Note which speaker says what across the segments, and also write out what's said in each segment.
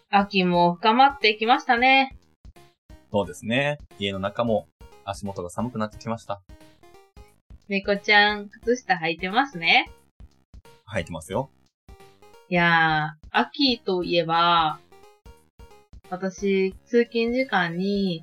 Speaker 1: 秋も深まってきましたね。
Speaker 2: そうですね。家の中も足元が寒くなってきました。
Speaker 1: 猫ちゃん、靴下履いてますね。
Speaker 2: 履いてますよ。
Speaker 1: いやー、秋といえば、私、通勤時間に、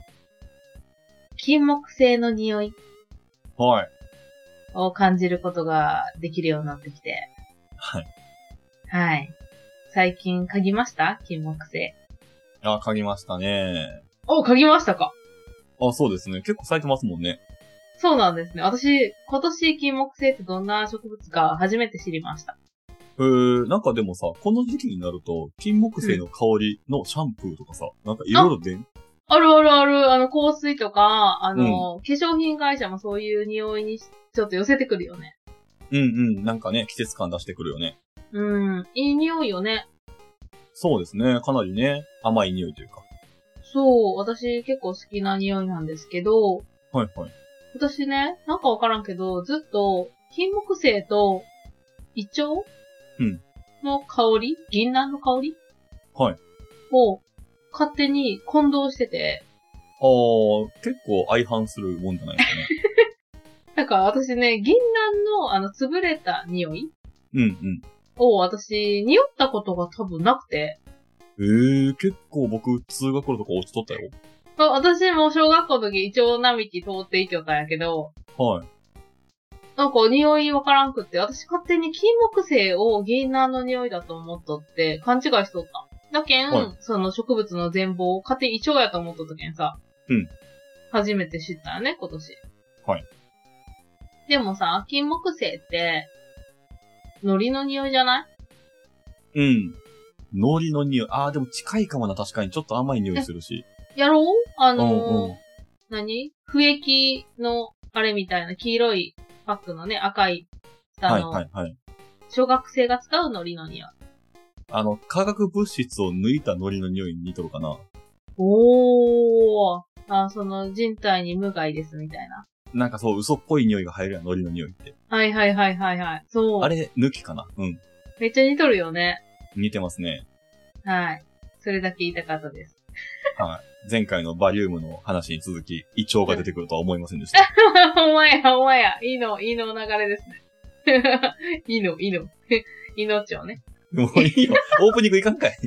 Speaker 1: 金木犀の匂い
Speaker 2: はい。
Speaker 1: を感じることができるようになってきて。
Speaker 2: はい。
Speaker 1: はい。最近嗅ぎました金木犀。
Speaker 2: 嗅ぎましたね。
Speaker 1: お、嗅ぎましたか？
Speaker 2: そうですね。結構咲いてますもんね。
Speaker 1: そうなんですね。私、今年金木犀ってどんな植物か初めて知りました。
Speaker 2: なんかでもさ、この時期になると、金木犀の香りのシャンプーとかさ、なんかいろいろ
Speaker 1: あるあるある、香水とか、
Speaker 2: うん。
Speaker 1: 化粧品会社もそういう匂いにちょっと寄せてくるよね。
Speaker 2: なんかね、季節感出してくるよね。
Speaker 1: いい匂いよね。
Speaker 2: そうですね。かなりね、甘い匂いというか。
Speaker 1: そう、私結構好きな匂いなんですけど、
Speaker 2: はいはい。
Speaker 1: 私ね、なんかわからんけど、ずっと、金木犀と、イチョウの香り、銀杏の香り
Speaker 2: はい。
Speaker 1: を、勝手に混同してて、
Speaker 2: 結構相反するもんじゃないですかね。
Speaker 1: なんか私ね、銀杏の潰れた匂いを私、匂ったことが多分なくて。
Speaker 2: 結構僕、通学路とか落ちとったよ。
Speaker 1: 私も小学校の時、イチョウ並木通っていきよったんやけど、
Speaker 2: はい。
Speaker 1: なんか匂いわからんくって、私勝手に金木犀を銀杏の匂いだと思っとって勘違いしとった。だけん、その植物の全貌を勝手にイチョウやと思っとったけんさ。初めて知ったよね、今年。
Speaker 2: はい。
Speaker 1: でもさ、金木犀って、海苔の匂いじゃない？
Speaker 2: 海苔の匂い。でも近いかもな、確かに。ちょっと甘い匂いするし。
Speaker 1: やろう？不液の、あれみたいな黄色いパックのね、赤い蓋の、小学生が使う海苔の匂い。
Speaker 2: 化学物質を抜いた海苔の匂いに似とるかな。
Speaker 1: その人体に無害ですみたいな。
Speaker 2: なんかそう、嘘っぽい匂いが入るやん、海苔の匂いって。
Speaker 1: はい。そう。
Speaker 2: あれ、抜きかな。
Speaker 1: めっちゃ似とるよね。
Speaker 2: 似てますね。
Speaker 1: はい。それだけ言いたかったです。
Speaker 2: はい。前回のバリウムの話に続き、胃腸が出てくるとは思いませんでした。
Speaker 1: ほんまや。いいの流れですね。いいの。命をね。
Speaker 2: もういいよ。オープニングいかんかい。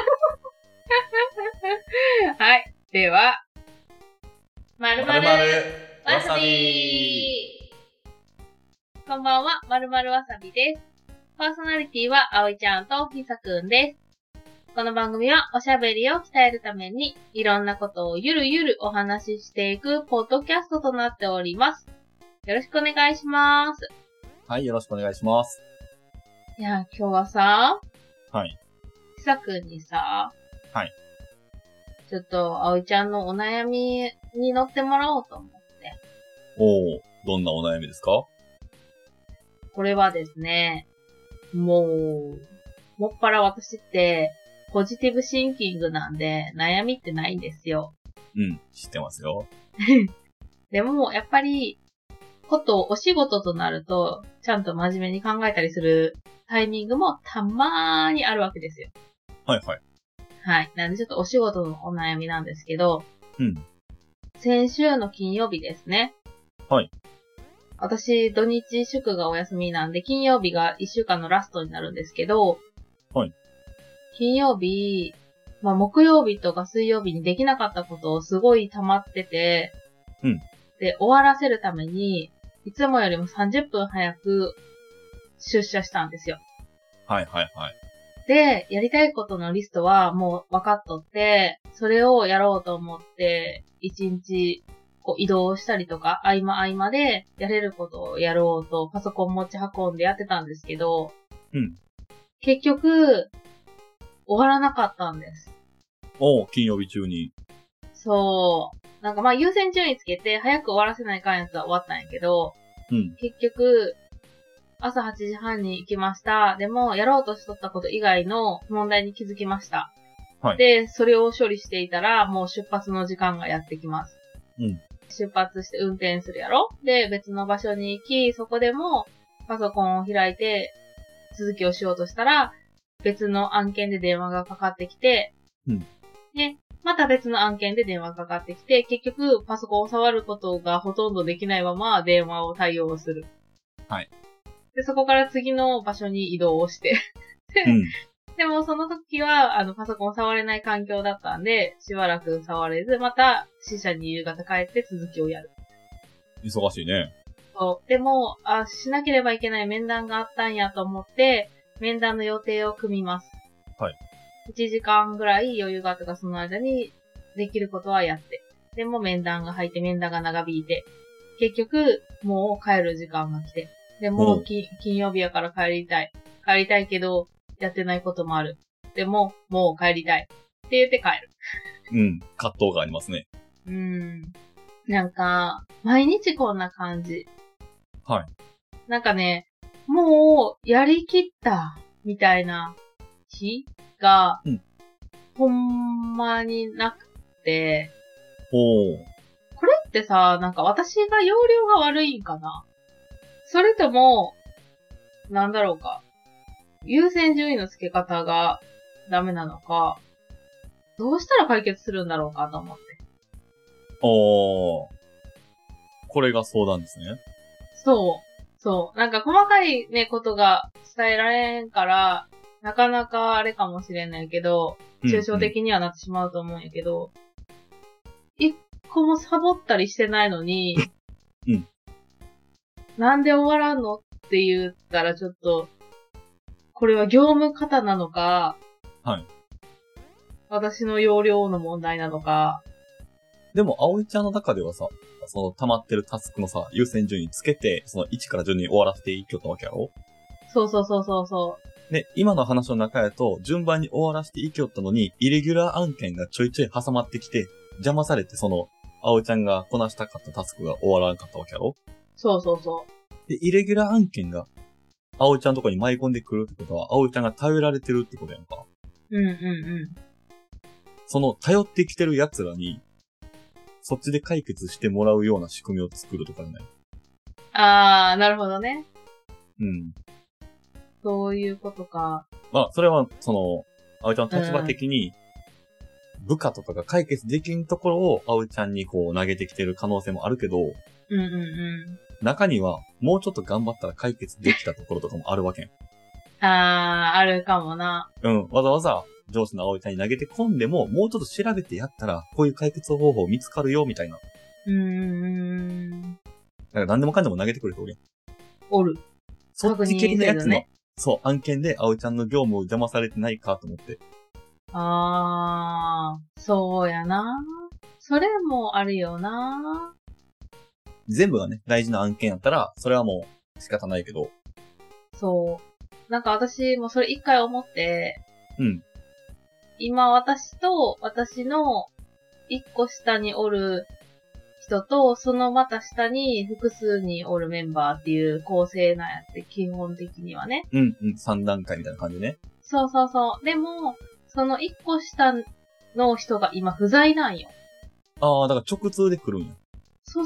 Speaker 1: はい。では、まるまる
Speaker 2: わさび。
Speaker 1: こんばんは、まるまるわさびです。パーソナリティはあおいちゃんとひさくんです。この番組はおしゃべりを鍛えるためにいろんなことをゆるゆるお話ししていくポッドキャストとなっております。よろしくお願いします。
Speaker 2: はい、よろしくお願いします。
Speaker 1: いや、今日はさ、
Speaker 2: はい。
Speaker 1: ひさくんにさ、
Speaker 2: はい。
Speaker 1: ちょっとあおいちゃんのお悩みに乗ってもらおうと思って。
Speaker 2: どんなお悩みですか？
Speaker 1: これはですね、もっぱら私って、ポジティブシンキングなんで、悩みってないんですよ。
Speaker 2: 知ってますよ。
Speaker 1: でも、やっぱり、お仕事となると、ちゃんと真面目に考えたりするタイミングもたまーにあるわけですよ。
Speaker 2: はい。
Speaker 1: はい。なんでちょっとお仕事のお悩みなんですけど、
Speaker 2: うん。
Speaker 1: 先週の金曜日ですね。
Speaker 2: はい。
Speaker 1: 私、土日祝がお休みなんで、金曜日が1週間のラストになるんですけど、
Speaker 2: はい。
Speaker 1: 金曜日、木曜日とか水曜日にできなかったことをすごい溜まってて、で、終わらせるために、いつもよりも30分早く出社したんですよ。
Speaker 2: はい。
Speaker 1: で、やりたいことのリストはもう分かっとって、それをやろうと思って、1日移動したりとか、合間でやれることをやろうと、パソコン持ち運んでやってたんですけど、結局、終わらなかったんです。
Speaker 2: 金曜日中に。
Speaker 1: そう。なんか優先順位つけて早く終わらせないかんやつは終わったんやけど、結局、朝8時半に行きました。でも、やろうとしとったこと以外の問題に気づきました。
Speaker 2: はい。
Speaker 1: で、それを処理していたら、もう出発の時間がやってきます。出発して運転するやろ？で、別の場所に行き、そこでもパソコンを開いて続きをしようとしたら、 別の案件で電話がかかってきて、
Speaker 2: うん。
Speaker 1: で、また別の案件で電話がかかってきて、結局パソコンを触ることがほとんどできないまま電話を対応する。
Speaker 2: はい。
Speaker 1: で、そこから次の場所に移動をして。
Speaker 2: うん。
Speaker 1: でもその時は、パソコンを触れない環境だったんで、しばらく触れず、また支社に夕方帰って続きをやる。
Speaker 2: 忙しいね。
Speaker 1: そう。でも、しなければいけない面談があったんやと思って、面談の予定を組みます。
Speaker 2: はい。
Speaker 1: 1時間ぐらい余裕があったから、その間にできることはやって。でも面談が入って、面談が長引いて、結局、もう帰る時間が来て。でも、金曜日やから帰りたい。帰りたいけど、やってないこともある。でも、もう帰りたい。って言って帰る。
Speaker 2: うん。葛藤がありますね。
Speaker 1: なんか、毎日こんな感じ。
Speaker 2: はい。
Speaker 1: なんかね、もう、やりきった、みたいな日が、ほんまになくて、これってさ、なんか私が容量が悪いんかな？それとも、なんだろうか。優先順位の付け方がダメなのか、どうしたら解決するんだろうかと思って。
Speaker 2: これが相談ですね。
Speaker 1: そう。なんか細かいね、ことが伝えられんから、なかなかあれかもしれないけど、抽象的にはなってしまうと思うんやけど、一個もサボったりしてないのに、なんで終わらんのって言ったらちょっと、これは業務過多なのか、
Speaker 2: はい。
Speaker 1: 私の容量の問題なのか。
Speaker 2: でも、葵ちゃんの中ではさ、その溜まってるタスクのさ、優先順位つけて、その1から順に終わらせていきよったわけやろ？
Speaker 1: そう。
Speaker 2: で、今の話の中やと、順番に終わらせていきよったのに、イレギュラー案件がちょいちょい挟まってきて、邪魔されて、葵ちゃんがこなしたかったタスクが終わらなかったわけやろ？
Speaker 1: そう。
Speaker 2: で、イレギュラー案件が、葵ちゃんのとこに舞い込んでくるってことは、葵ちゃんが頼られてるってことやんか。その、頼ってきてる奴らに、そっちで解決してもらうような仕組みを作るとかね。
Speaker 1: なるほどね。そういうことか。
Speaker 2: まあ、それは、葵ちゃんの立場的に、部下とかが解決できんところを、葵ちゃんにこう投げてきてる可能性もあるけど、中には、もうちょっと頑張ったら解決できたところとかもあるわけん。
Speaker 1: あるかもな。
Speaker 2: わざわざ上司の葵ちゃんに投げてこんでも、もうちょっと調べてやったら、こういう解決方法見つかるよ、みたいな。だから何でもかんでも投げてくる人おるやん。
Speaker 1: おる。
Speaker 2: そっち系のやつの、そう、案件で葵ちゃんの業務を邪魔されてないかと思って。
Speaker 1: そうやな。それもあるよな。
Speaker 2: 全部がね、大事な案件やったら、それはもう仕方ないけど。
Speaker 1: そう。なんか私もそれ一回思って、今私と私の一個下におる人と、そのまた下に複数におるメンバーっていう構成なんやって、基本的にはね。
Speaker 2: 3段階みたいな感じね。
Speaker 1: そう。でも、その一個下の人が今不在なんよ。
Speaker 2: だから直通で来るんや。
Speaker 1: そう。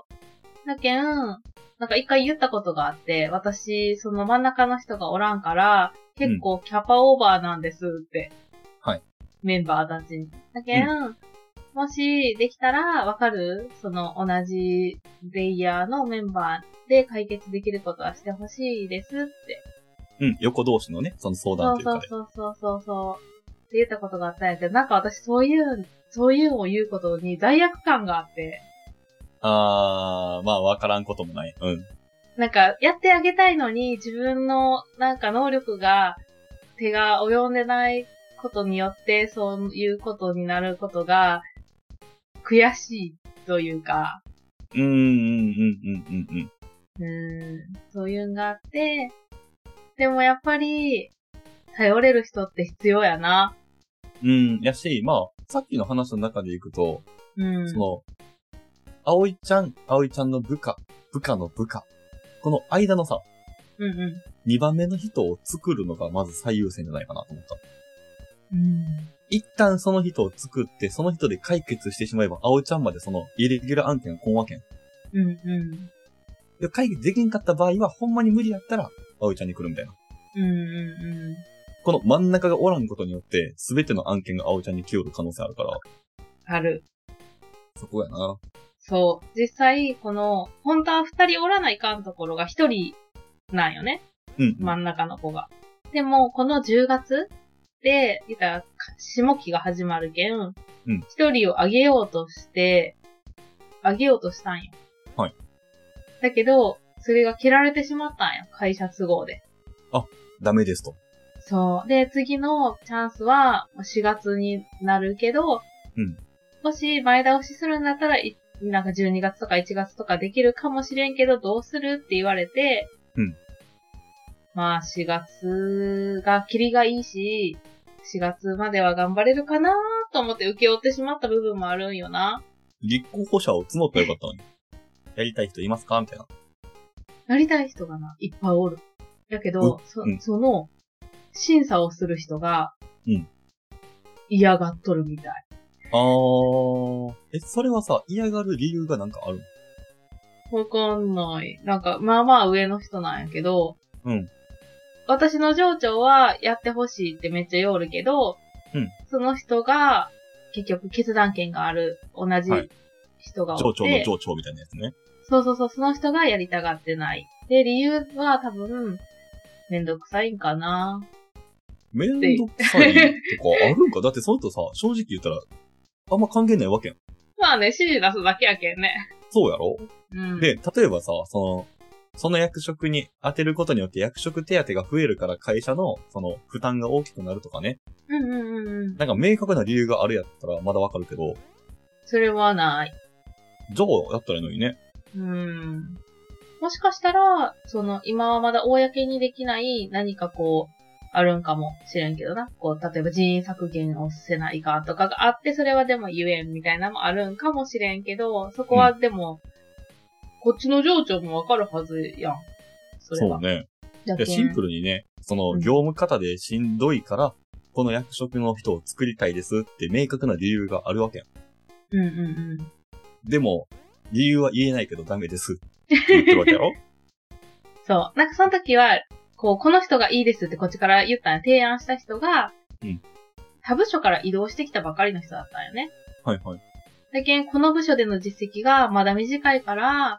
Speaker 1: だけん、なんか一回言ったことがあって、私、その真ん中の人がおらんから、結構キャパオーバーなんですって。
Speaker 2: はい。
Speaker 1: メンバーたちに。だけん、もしできたらわかる？その同じレイヤーのメンバーで解決できることはしてほしいですって。
Speaker 2: 横同士のね、その相談というかで。
Speaker 1: そう。って言ったことがあったんやけど、なんか私そういうのを言うことに罪悪感があって。
Speaker 2: まあわからんこともない。
Speaker 1: なんか、やってあげたいのに、自分の、なんか能力が、手が及んでないことによって、そういうことになることが、悔しいというか。そういうのがあって、でもやっぱり、頼れる人って必要やな。
Speaker 2: やし、まあ、さっきの話の中でいくと、葵ちゃんの部下の部下。この間のさ、2番目の人を作るのがまず最優先じゃないかなと思った。一旦その人を作って、その人で解決してしまえば、葵ちゃんまでそのイレギュラー案件がこんわけん。で解決できんかった場合は、ほんまに無理やったら、葵ちゃんに来るみたいな。 この真ん中がおらんことによって、すべての案件が葵ちゃんに来よる可能性あるから。
Speaker 1: ある。
Speaker 2: そこやな。
Speaker 1: そう。実際、この、本当は2人おらないかんところが1人なんよね。
Speaker 2: うん、
Speaker 1: 真ん中の子が。でも、この10月で、言ったら、下期が始まるけん、1人をあげようとしたんよ。
Speaker 2: はい。
Speaker 1: だけど、それが切られてしまったんや。会社都合で。
Speaker 2: あ、ダメですと。
Speaker 1: そう。で、次のチャンスは4月になるけど、もし前倒しするんだったら、なんか12月とか1月とかできるかもしれんけど、どうするって言われて、まあ4月がキリがいいし、4月までは頑張れるかなと思って受け負ってしまった部分もあるんよな。
Speaker 2: 立候補者を募ったらよかったのに。やりたい人いますかみたいな。
Speaker 1: やりたい人がな、いっぱいおる。やけど、その、審査をする人が、嫌がっとるみたい。
Speaker 2: それはさ、嫌がる理由がなんかある
Speaker 1: の？わかんない。なんか、まあまあ上の人なんやけど、私の上長はやってほしいってめっちゃ言おるけど、その人が、結局決断権がある、同じ人がおって、
Speaker 2: 上長の上長みたいなやつね。
Speaker 1: そう、その人がやりたがってない。で、理由は多分、めんどくさいんかな。
Speaker 2: めんどくさいとかあるんかだってその人さ、正直言ったら、あんま関係ないわけやん。
Speaker 1: まあね、指示出すだけやけんね。
Speaker 2: そうやろ？で、例えばさ、その役職に当てることによって役職手当が増えるから会社の、負担が大きくなるとかね。なんか明確な理由があるやったらまだわかるけど。
Speaker 1: それはない。
Speaker 2: じゃあ、やったらいいのにね。
Speaker 1: もしかしたら、今はまだ公にできない何かあるんかもしれんけどな。例えば人員削減をせないかとかがあって、それはでも言えんみたいなのもあるんかもしれんけど、そこはでも、こっちの上長もわかるはずやん。
Speaker 2: そうね。シンプルにね、業務方でしんどいから、この役職の人を作りたいですって明確な理由があるわけやん。でも、理由は言えないけどダメですって言ってるわけやろ？
Speaker 1: そう。なんかその時は、この人がいいですってこっちから言ったんや。提案した人が、他部署から移動してきたばかりの人だったんよね。
Speaker 2: はいはい。
Speaker 1: だけん、この部署での実績がまだ短いから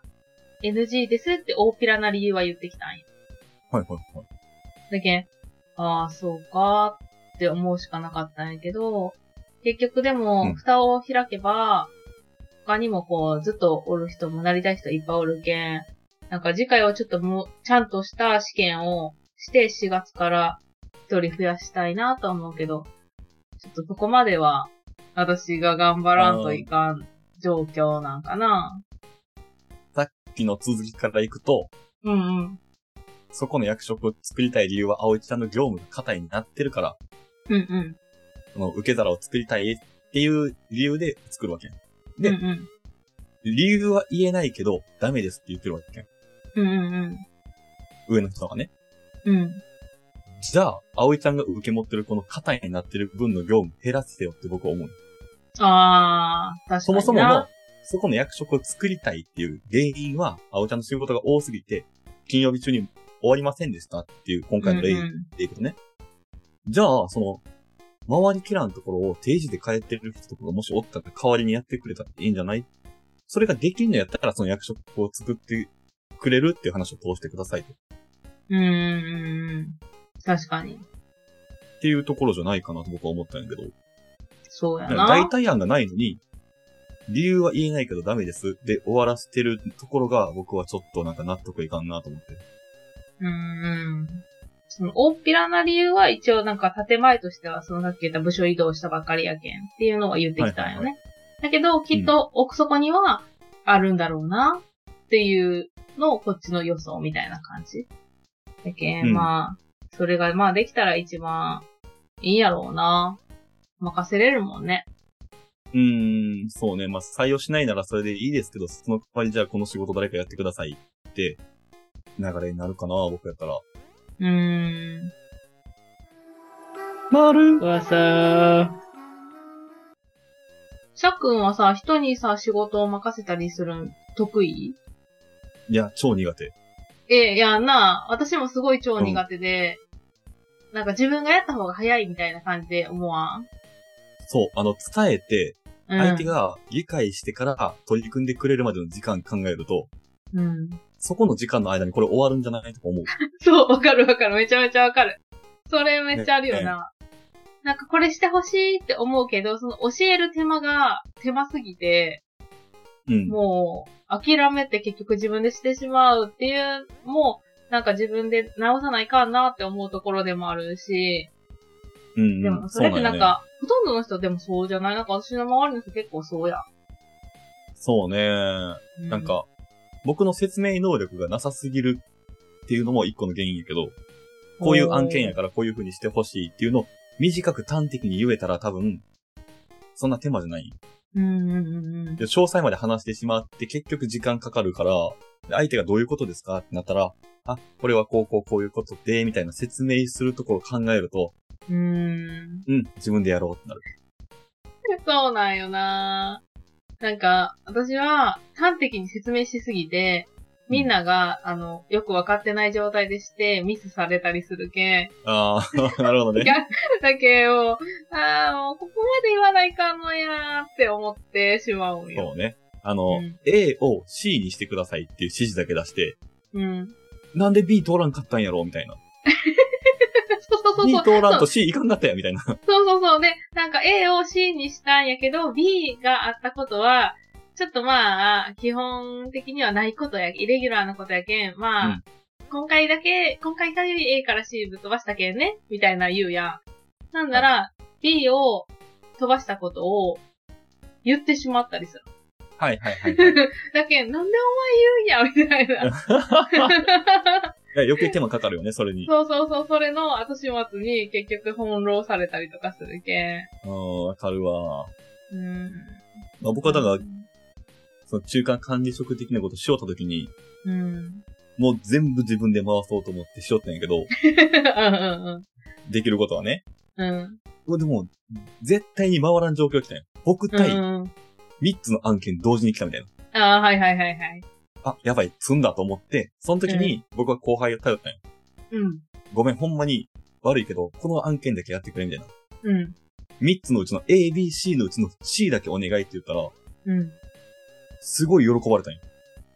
Speaker 1: 、NG ですって大っぴらな理由は言ってきたんや。
Speaker 2: はいはいはい。
Speaker 1: だけん、ああ、そうかって思うしかなかったんやけど、結局でも、蓋を開けば、他にもずっとおる人もなりたい人いっぱいおるけん、なんか次回はちょっともう、ちゃんとした試験をして4月から1人増やしたいなと思うけど、ちょっとそこまでは私が頑張らんといかん状況なんかな。
Speaker 2: さっきの続きからいくと、そこの役職を作りたい理由は葵ちゃんの業務が硬いになってるから、受け皿を作りたいっていう理由で作るわけ。で、理由は言えないけど、ダメですって言ってるわけ。上の人がね。じゃあ、葵ちゃんが受け持ってるこの肩になってる分の業務減らせよって僕は思う。
Speaker 1: 確かにな。
Speaker 2: そもそもの、そこの役職を作りたいっていう原因は、葵ちゃんの仕事が多すぎて、金曜日中に終わりませんでしたっていう今回の例でいくとね。じゃあ、回りきらんところを定時で帰ってる人とかがもしおったら代わりにやってくれたっていいんじゃない？それができんのやったらその役職を作ってくれるっていう話を通してくださいと。
Speaker 1: 確かに。
Speaker 2: っていうところじゃないかなと僕は思ったんやけど。
Speaker 1: そうやな。
Speaker 2: 代替案がないのに、理由は言えないけどダメですで終わらせてるところが僕はちょっとなんか納得いかんなと思って。
Speaker 1: その大っぴらな理由は一応なんか建前としてはさっき言った部署移動したばっかりやけんっていうのは言ってきたんよね。だけどきっと奥底にはあるんだろうなっていうのをこっちの予想みたいな感じ。だけん、まあ、それがまあできたら一番いいやろうな。任せれるもんね。
Speaker 2: そうね。まあ採用しないならそれでいいですけど、その代わりじゃあこの仕事誰かやってくださいって流れになるかな、僕やったら。なる
Speaker 1: わさしゃっくんはさ、人にさ、仕事を任せたりするん得意？
Speaker 2: いや、超苦手。
Speaker 1: いやな、私もすごい超苦手で、 なんか自分がやった方が早いみたいな感じで思わん？
Speaker 2: そう、伝えて、相手が理解してから取り組んでくれるまでの時間考えると、
Speaker 1: うん。
Speaker 2: そこの時間の間にこれ終わるんじゃないとか思う。
Speaker 1: そう、わかる。めちゃめちゃわかる。それめっちゃあるよな。なんかこれしてほしいって思うけど、その教える手間が手間すぎて、もう諦めて結局自分でしてしまうっていうもうなんか自分で直さないかんなって思うところでもあるし、でもそれってなんか、ほとんどの人でもそうじゃない？なんか私の周りの人結構そうや。
Speaker 2: そうね。なんか、僕の説明能力がなさすぎるっていうのも一個の原因やけど、こういう案件やからこういう風にしてほしいっていうのを短く端的に言えたら多分、そんな手間じゃない。詳細まで話してしまって結局時間かかるから、相手がどういうことですかってなったら、あ、これはこういうことで、みたいな説明するところを考えると、自分でやろうってなる。
Speaker 1: そうなんよな。なんか、私は端的に説明しすぎて、みんなが、よくわかってない状態でしてミスされたりするけん。
Speaker 2: ああ、なるほどね。
Speaker 1: だけど、もうここまで言わないかんのやーって思ってしまうんよ。
Speaker 2: そうね。A を C にしてくださいっていう指示だけ出して、なんで B 通らんかったんやろみたいな。そう。B 通らんと C いかんかったやみたいな。
Speaker 1: そう。で、なんか A を C にしたんやけど、B があったことは、ちょっとまあ、基本的にはないことや、イレギュラーなことやけん、まあ、今回限り A から C ぶっ飛ばしたけんね、みたいな言うやん。なんなら、B を飛ばしたことを言ってしまったりする。
Speaker 2: はい。
Speaker 1: だけん、なんでお前言うんや、みたいな。
Speaker 2: 余計手間かかるよね、それに。
Speaker 1: そう、それの後始末に結局翻弄されたりとかするけん。
Speaker 2: わかるわ。まあ、僕はだから、その中間管理職的なことしよったときに、もう全部自分で回そうと思ってしよったんやけど、できることはね。でも、絶対に回らん状況来たんや。僕対、3つの案件同時に来たみたい
Speaker 1: な。はい。
Speaker 2: あ、やばい、積んだと思って、その時に僕は後輩を頼ったんや。ごめん、ほんまに悪いけど、この案件だけやってくれみたいな。3つのうちの A、B、C のうちの C だけお願いって言ったら、すごい喜ばれたんや。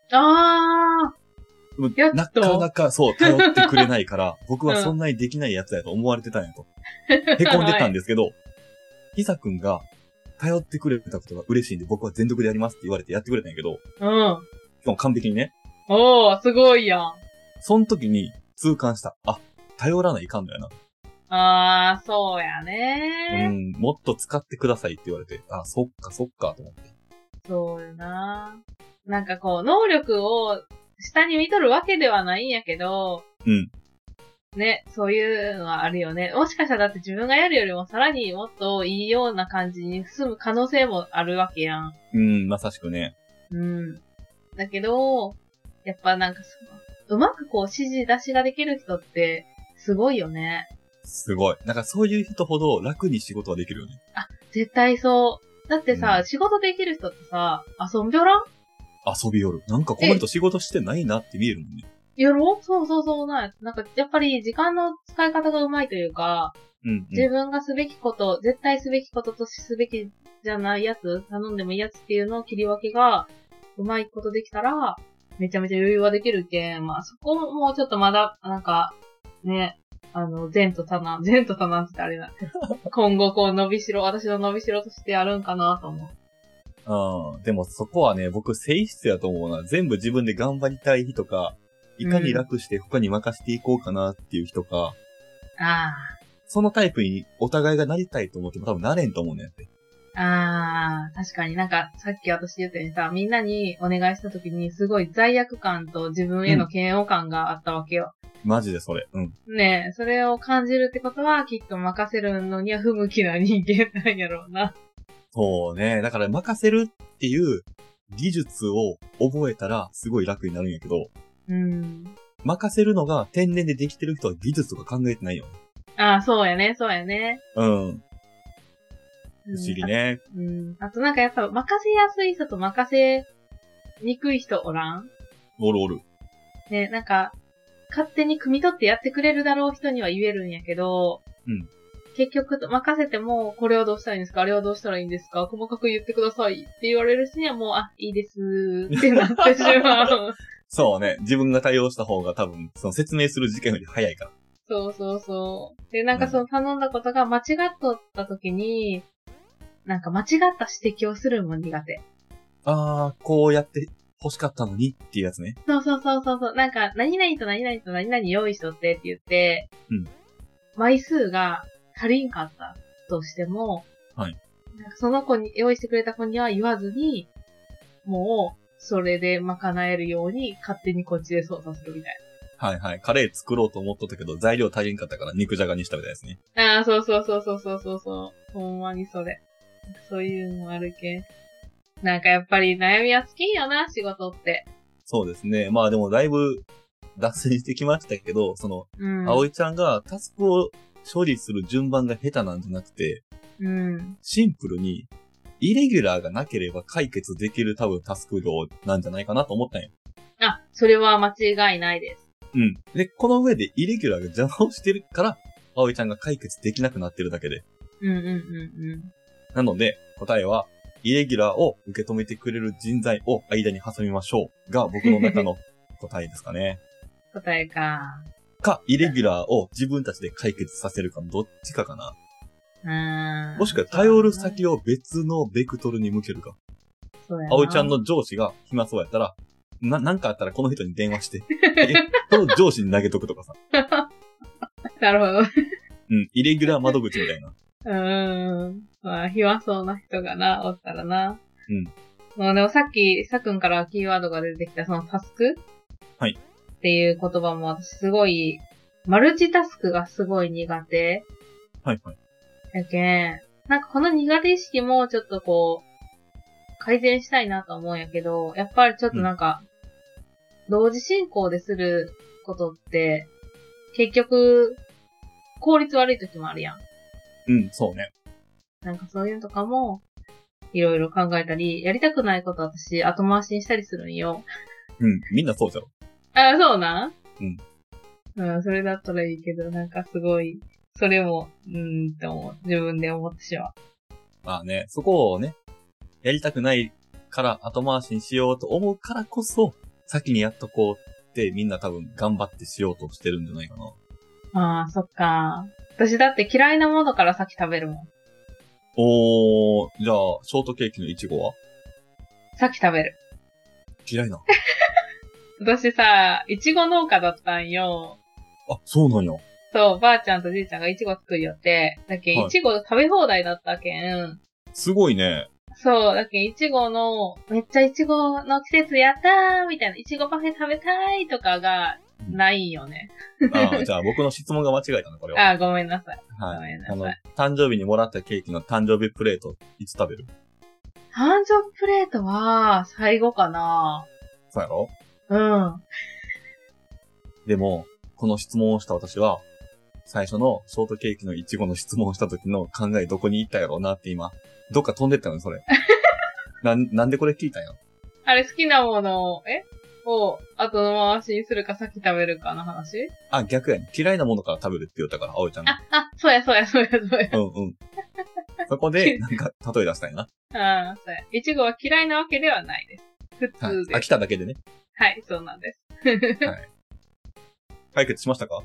Speaker 2: なかなかそう、頼ってくれないから、僕はそんなにできないやつだと思われてたんやと。凹んでたんですけど、ひさくんが頼ってくれたことが嬉しいんで僕は全力でやりますって言われてやってくれたんやけど、しかも完璧にね。
Speaker 1: すごいやん。
Speaker 2: その時に痛感した。あ、頼らないかんだよな。
Speaker 1: そうやね。
Speaker 2: もっと使ってくださいって言われて、あ、そっか、と思って。
Speaker 1: そうよな。なんかこう、能力を下に見とるわけではないんやけど、ね、そういうのはあるよね。もしかしたらだって自分がやるよりもさらにもっといいような感じに進む可能性もあるわけやん。
Speaker 2: まさしくね。
Speaker 1: だけど、やっぱなんかうまくこう指示出しができる人ってすごいよね。
Speaker 2: すごい。なんかそういう人ほど楽に仕事はできるよね。
Speaker 1: 絶対そう。だってさ、仕事できる人ってさ、遊んびょらん？
Speaker 2: 遊びよる。なんかこの人仕事してないなって見えるもんね。
Speaker 1: やろ？そうなんかやっぱり時間の使い方がうまいというか、自分がすべきこと、絶対すべきこととすべきじゃないやつ、頼んでもいいやつっていうのを切り分けがうまいことできたら、めちゃめちゃ余裕はできるけん、まあそこもちょっとまだ、なんか、ね、前途多難って言ったらあれだ。今後こう私の伸びしろとしてやるんかなと思
Speaker 2: う。でもそこはね、僕性質やと思うな。全部自分で頑張りたい日とか、いかに楽して他に任せていこうかなっていう人か、そのタイプにお互いがなりたいと思っても多分なれんと思うねんって。
Speaker 1: 確かになんかさっき私言ったようにさ、みんなにお願いした時にすごい罪悪感と自分への嫌悪感があったわけよ。
Speaker 2: マジでそれ。
Speaker 1: ねえ、それを感じるってことはきっと任せるのには不向きな人間なんやろうな。
Speaker 2: そうね。だから任せるっていう技術を覚えたらすごい楽になるんやけど、任せるのが天然でできてる人は技術とか考えてないよね。
Speaker 1: そうやね。
Speaker 2: 不思議ね。
Speaker 1: あとなんかやっぱ任せやすい人と任せにくい人おらん？
Speaker 2: おる。
Speaker 1: ね、なんか、 勝手に汲み取ってやってくれるだろう人には言えるんやけど、
Speaker 2: うん。
Speaker 1: 結局任せても、これはどうしたらいいんですか、あれはどうしたらいいんですか、細かく言ってくださいって言われる人にはもう、いいですってなってしまう。
Speaker 2: そうね。自分が対応した方が多分、その説明する時間より早いから。
Speaker 1: そうそうそう。で、なんかその頼んだことが間違っとった時に、なんか間違った指摘をするのも苦手。
Speaker 2: こうやって欲しかったのにっていうやつね。
Speaker 1: そうそうそうそう。なんか、何々と何々と何々用意しとってって言って、
Speaker 2: うん。
Speaker 1: 枚数が足りんかったとしても、
Speaker 2: はい。
Speaker 1: なんかその子に、用意してくれた子には言わずに、もう、それで賄えるように勝手にこっちで操作するみたい
Speaker 2: はいはい。カレー作ろうと思っとったけど、材料足りんかったから肉じゃがにしたみたいですね。
Speaker 1: そうそうそうそうそうそう。ほんまにそれ。そういうのもあるけん。なんかやっぱり悩みは尽きんよな、仕事って。
Speaker 2: そうですね。まあでもだいぶ脱線してきましたけど、葵ちゃんがタスクを処理する順番が下手なんじゃなくて、シンプルに、イレギュラーがなければ解決できる多分タスク量なんじゃないかなと思ったんよ。
Speaker 1: それは間違いないです。
Speaker 2: うん。で、この上でイレギュラーが邪魔をしてるから、葵ちゃんが解決できなくなってるだけで。なので、答えは、イレギュラーを受け止めてくれる人材を間に挟みましょうが僕の中の答えですかね。
Speaker 1: 答えか。
Speaker 2: イレギュラーを自分たちで解決させるかのどっちかかな。もしくは頼る先を別のベクトルに向けるか。
Speaker 1: そうやな。
Speaker 2: 葵ちゃんの上司が暇そうやったら、なんかあったらこの人に電話して、この上司に投げとくとかさ。
Speaker 1: なるほど。
Speaker 2: イレギュラー窓口みたいな。
Speaker 1: まあ、暇そうな人がな、おったらな。もうでもさっき、さくんからキーワードが出てきたそのタスク
Speaker 2: はい。
Speaker 1: っていう言葉も私すごい、マルチタスクがすごい苦手。
Speaker 2: はいはい。
Speaker 1: やけん、なんかこの苦手意識もちょっとこう、改善したいなと思うんやけど、やっぱりちょっとなんか、同時進行ですることって、結局、効率悪い時もあるやん。
Speaker 2: そうね。
Speaker 1: なんかそういうのとかも、いろいろ考えたり、やりたくないこと私、後回しにしたりするんよ。
Speaker 2: みんなそうじゃろ。
Speaker 1: そうなん？それだったらいいけど、なんかすごい、それも、って思う。自分で思ってしまう。
Speaker 2: まあね、そこをね、やりたくないから後回しにしようと思うからこそ、先にやっとこうってみんな多分頑張ってしようとしてるんじゃないかな。
Speaker 1: そっか。私だって嫌いなものから先食べるもん。
Speaker 2: じゃあ、ショートケーキのイチゴは
Speaker 1: 先食べる。
Speaker 2: 嫌いな。
Speaker 1: 私さ、いちご農家だったんよ。
Speaker 2: そうなんや。
Speaker 1: そう、ばあちゃんとじいちゃんがいちご作りよって。だけん、いちご食べ放題だったけん。
Speaker 2: すごいね。
Speaker 1: そう、だけん、いちごの、めっちゃいちごの季節やったーみたいな、いちごパフェ食べたいとかが、ないよね。
Speaker 2: じゃあ僕の質問が間違えたな、これは。
Speaker 1: ごめんなさい。
Speaker 2: はい。
Speaker 1: ごめんなさい。
Speaker 2: 誕生日にもらったケーキの誕生日プレート、いつ食べる？
Speaker 1: 誕生日プレートは、最後かな。
Speaker 2: そうやろ？
Speaker 1: で
Speaker 2: も、この質問をした私は、最初のショートケーキのイチゴの質問をした時の考えどこに行ったやろうなって今、どっか飛んでったのそれ。なんでこれ聞いたんや？
Speaker 1: あれ好きなものを後の回しにするか先食べるかの話？
Speaker 2: 逆やね。嫌いなものから食べるって言ったから、葵ちゃんが。
Speaker 1: そうや。
Speaker 2: そこで、なんか、例え出したんや
Speaker 1: な。そうや。いちごは嫌いなわけではないです。普通です。
Speaker 2: 飽きただけでね。
Speaker 1: はい、そうなんです。
Speaker 2: はい。解決しましたか？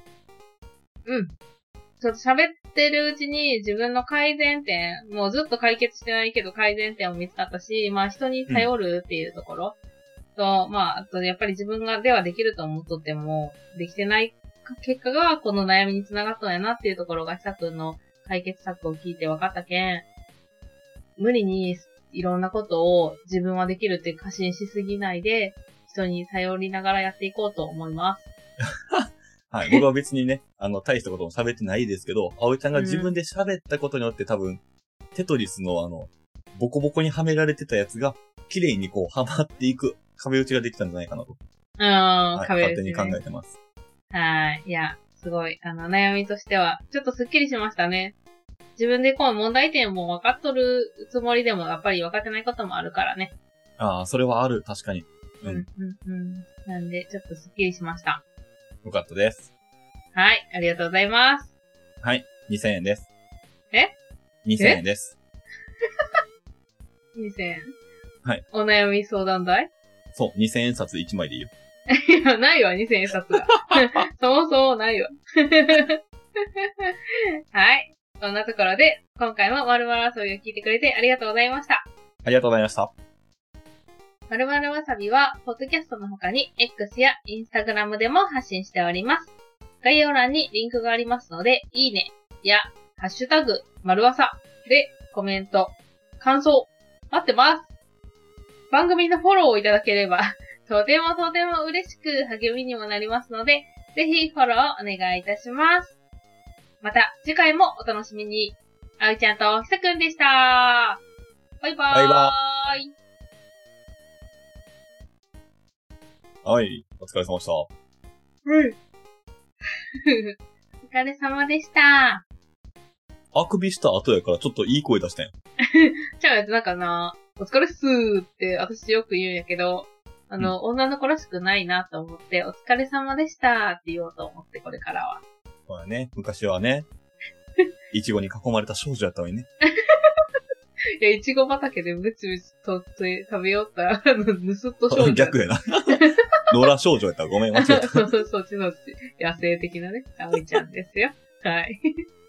Speaker 1: ちょっと喋ってるうちに自分の改善点、もうずっと解決してないけど改善点も見つかったし、まあ人に頼るっていうところと、あとやっぱり自分がではできると思っとっても、できてない結果がこの悩みにつながったんやなっていうところが久くんの解決策を聞いて分かったけん、無理にいろんなことを自分はできるって過信しすぎないで、人に頼りながらやっていこうと思います。
Speaker 2: はい。僕は別にね、大したことも喋ってないですけど、葵ちゃんが自分で喋ったことによって多分、テトリスのボコボコにはめられてたやつが、綺麗にこう、はまっていく壁打ちができたんじゃないかなと。壁打ち、ね。勝手に考えてます。
Speaker 1: はい。いや、すごい、悩みとしては、ちょっとスッキリしましたね。自分でこう問題点も分かっとるつもりでも、やっぱり分かってないこともあるからね。
Speaker 2: それはある、確かに。
Speaker 1: なんで、ちょっとスッキリしました。
Speaker 2: よかったです。
Speaker 1: はい、ありがとうございます。
Speaker 2: はい、2000円です。
Speaker 1: え
Speaker 2: ?2000 円です。
Speaker 1: 2000円
Speaker 2: はい。
Speaker 1: お悩み相談代
Speaker 2: そう、2000円札1枚でいいよ。
Speaker 1: いや、ないわ、2000円札が。そもそもないわ。はい。そんなところで、今回も〇〇遊びを聞いてくれてありがとうございました。
Speaker 2: ありがとうございました。
Speaker 1: 〇〇わさびは、ポッドキャストの他に、X や Instagram でも発信しております。概要欄にリンクがありますので、いいねや、ハッシュタグ、〇わさでコメント、感想、待ってます。番組のフォローをいただければ、とてもとても嬉しく励みにもなりますので、ぜひフォローお願いいたします。また、次回もお楽しみに。あうちゃんとひさくんでした。バイバーイ。
Speaker 2: バイバーイ。はい、お疲れ様でした。
Speaker 1: うん。お疲れ様でした。
Speaker 2: あくびした後やからちょっといい声出したんや。
Speaker 1: じゃあ、なんかな、お疲れっすーって私よく言うんやけど、女の子らしくないなと思って、お疲れ様でしたって言おうと思って、これからは。
Speaker 2: そうだね、昔はね、いちごに囲まれた少女やったのにね。
Speaker 1: いや、いちご畑でブチブチ取って食べよった、ぬすっと少女。
Speaker 2: 逆やな。野良少女やったらごめん、間違えた。
Speaker 1: そっち野生的なね、あおいちゃんですよ。はい。